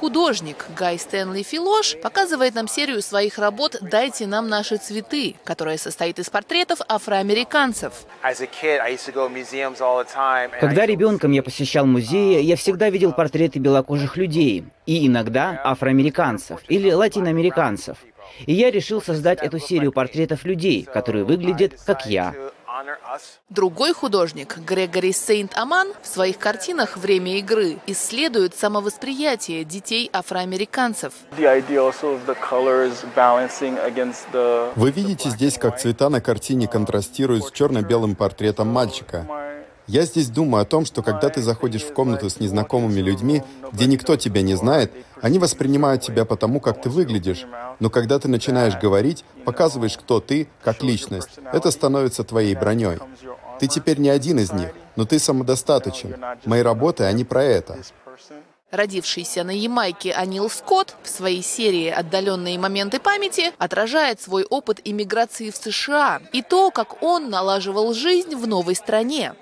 Художник Гай Стэнли Филош показывает нам серию своих работ «Дайте нам наши цветы», которая состоит из портретов афроамериканцев. Когда ребенком я посещал музеи, я всегда видел портреты белокожих людей, и иногда афроамериканцев или латиноамериканцев. И я решил создать эту серию портретов людей, которые выглядят как я. Другой художник, Грегори Сейнт-Аман, в своих картинах «Время игры» исследует самовосприятие детей афроамериканцев. Вы видите здесь, как цвета на картине контрастируют с черно-белым портретом мальчика. Я здесь думаю о том, что когда ты заходишь в комнату с незнакомыми людьми, где никто тебя не знает, они воспринимают тебя потому, как ты выглядишь. Но когда ты начинаешь говорить, показываешь, кто ты, как личность, это становится твоей броней. Ты теперь не один из них, но ты самодостаточен. Мои работы, они про это. Родившийся на Ямайке Анил Скотт в своей серии «Отдаленные моменты памяти» отражает свой опыт иммиграции в США и то, как он налаживал жизнь в новой стране.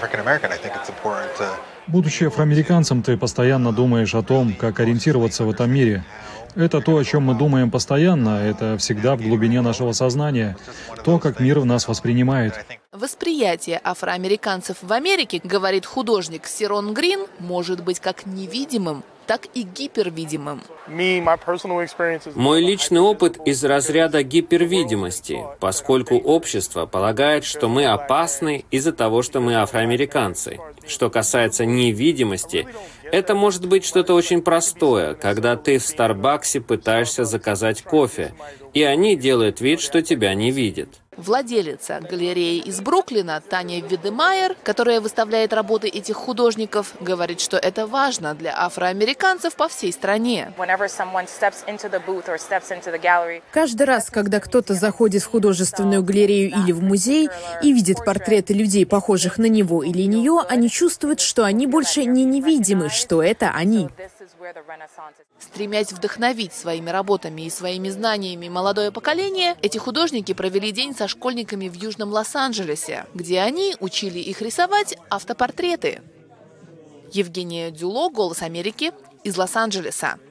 Будучи афроамериканцем, ты постоянно думаешь о том, как ориентироваться в этом мире. Это то, о чем мы думаем постоянно, это всегда в глубине нашего сознания, то, как мир нас воспринимает. Восприятие афроамериканцев в Америке, говорит художник Сирон Грин, может быть как невидимым, так и гипервидимым. Мой личный опыт из разряда гипервидимости, поскольку общество полагает, что мы опасны из-за того, что мы афроамериканцы. Что касается невидимости, это может быть что-то очень простое, когда ты в Старбаксе пытаешься заказать кофе, и они делают вид, что тебя не видят. Владелица галереи из Бруклина Таня Видемайер, которая выставляет работы этих художников, говорит, что это важно для афроамериканцев по всей стране. Каждый раз, когда кто-то заходит в художественную галерею или в музей и видит портреты людей, похожих на него или нее, они чувствуют, что они больше не невидимы, что это они. Стремясь вдохновить своими работами и своими знаниями молодое поколение, эти художники провели день со школьниками в Южном Лос-Анджелесе, где они учили их рисовать автопортреты. Евгения Дюло, «Голос Америки», из Лос-Анджелеса.